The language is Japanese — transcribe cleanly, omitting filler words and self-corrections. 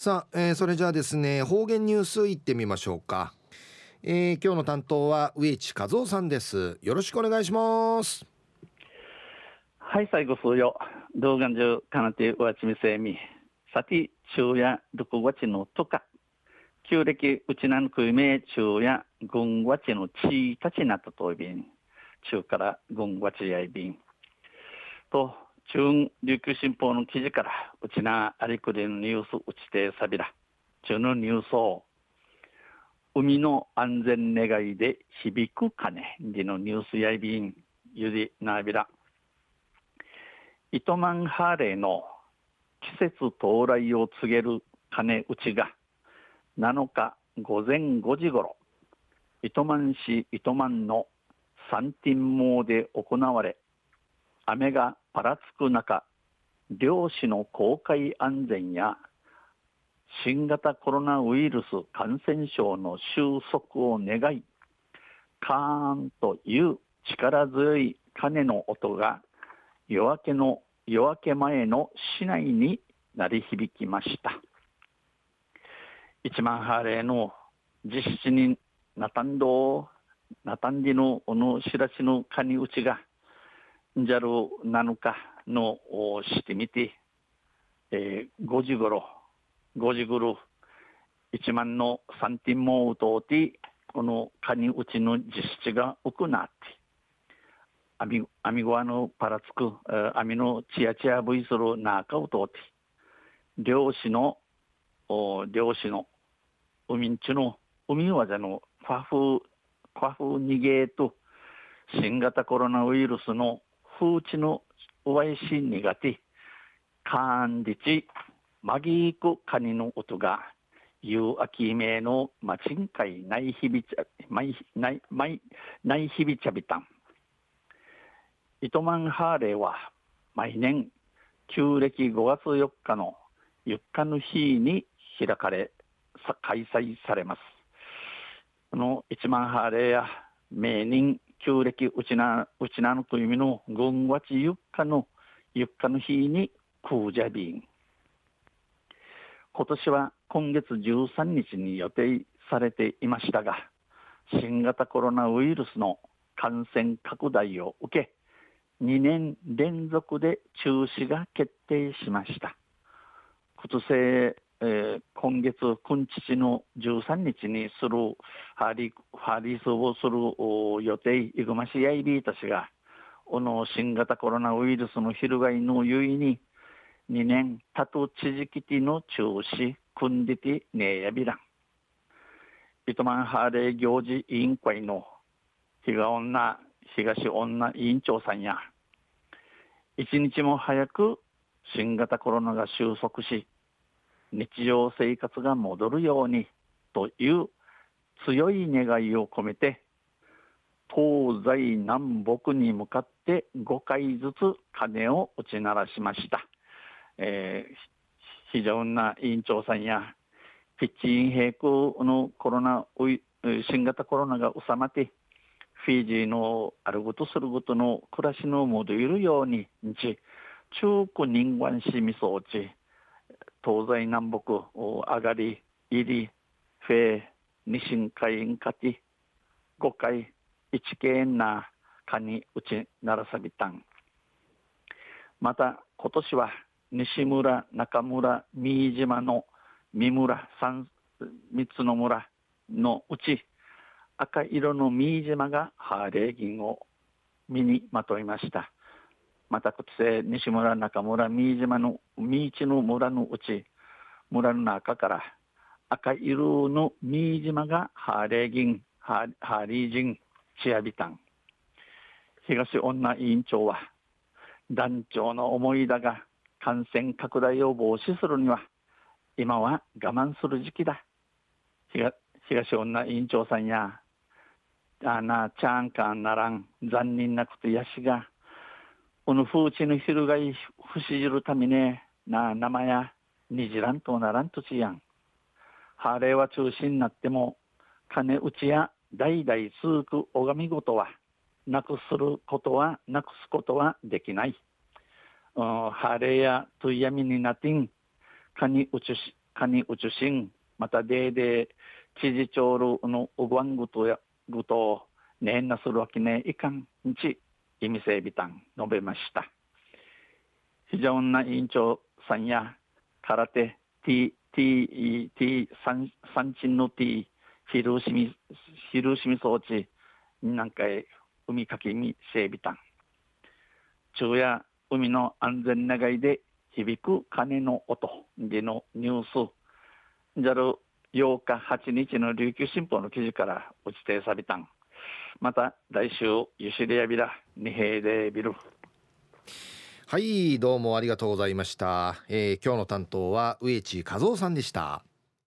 さあ、それじゃあですね、方言ニュースいってみましょうか。今日の担当は植地和夫さんです。よろしくお願いします。 はい、最後数よ。動画中、かなてうわちみせみ。さて、昼夜、6月のとか。旧暦、うちなんくいめ、昼夜、軍月のちたちなったといびん。中から軍月やいびん。と、中琉球新報の記事から、うちなありくりのニュースうちてさびら。中のニュースを、海の安全願いで響く鐘でのニュースやいびん。ゆりなびら。糸満ハーレーの季節到来を告げる鐘打ちが7日午前5時ごろ、糸満市糸満の三天網で行われ、雨がぱらつく中、漁師の航海安全や新型コロナウイルス感染症の収束を願い、カーンという力強い鐘の音が夜明け前の市内に鳴り響きました。一万ハーレーの実施にナタンディのおのしらしのカニ打ちがんじゃる7日のしてみて、5時ごろ1万の3点もうとうてこのカニ打ちの実施が行なって網ごわのパラつく網のチヤチヤブイする中を通って漁師の海んちの海技のファフ逃げと新型コロナウイルスの風知のうわいし苦手カーンディチマギークカニの音が夕秋めのマチンカイないひびちゃびたん糸満ハーレーは毎年旧暦5月4日のゆっかの日に開催されます。この一万ハーレーや名人旧暦うちなの国の軍月ゆっかの日に空ジャビン。今年は今月13日に予定されていましたが、新型コロナウイルスの感染拡大を受け、2年連続で中止が決定しました。今月今日の13日にするハリースをする予定イグマシヤイビーたちがこの新型コロナウイルスの翻のゆいに2年たと地時期ティの中止組んでてねやびらん糸満ハーレー行事委員会の東女委員長さんや一日も早く新型コロナが収束し日常生活が戻るようにという強い願いを込めて東西南北に向かって5回ずつ鐘を打ち鳴らしました。非常な委員長さんやピッチイン並行の新型コロナが収まってフィジーのあるごとするごとの暮らしの戻るように中古人間しみそうち東西南北上がり入りフェニシンカインカティ5回一系なカニ打ちならさびたんまた今年は西村中村三島の三つの村のうち赤色の三島がハーレー銀を身にまといました。またこちら西村中村三島の三地の村のうち村の中から赤色の三島がハーリー人チアビタン東女委員長は団長の思いだが感染拡大を防止するには今は我慢する時期だ東女委員長さんやチャーンカンならん残忍なことやしがこの風知の昼がい不しじるためねな生やにじらんとならんとちやんハーレーは中止になっても金打ちや代々続く拝み事はなくすことはできない、ハーレーやトゥイヤミになってんカニ打カニ宇宙人またデーデー知事長のうごわんぐとやぐとねんなするわけねいかんち意味整備団述べました。非常な委員長さんや空手 T 三鎮の T 昼しみ装置なんかへ海かきに整備団昼夜海の安全願いで響く鐘の音でのニュースじゃる8日8日の琉球新報の記事から打ち定されたん。また来週ゆしりやびら二平でビル。 はい、どうもありがとうございました。今日の担当は植地和夫さんでした。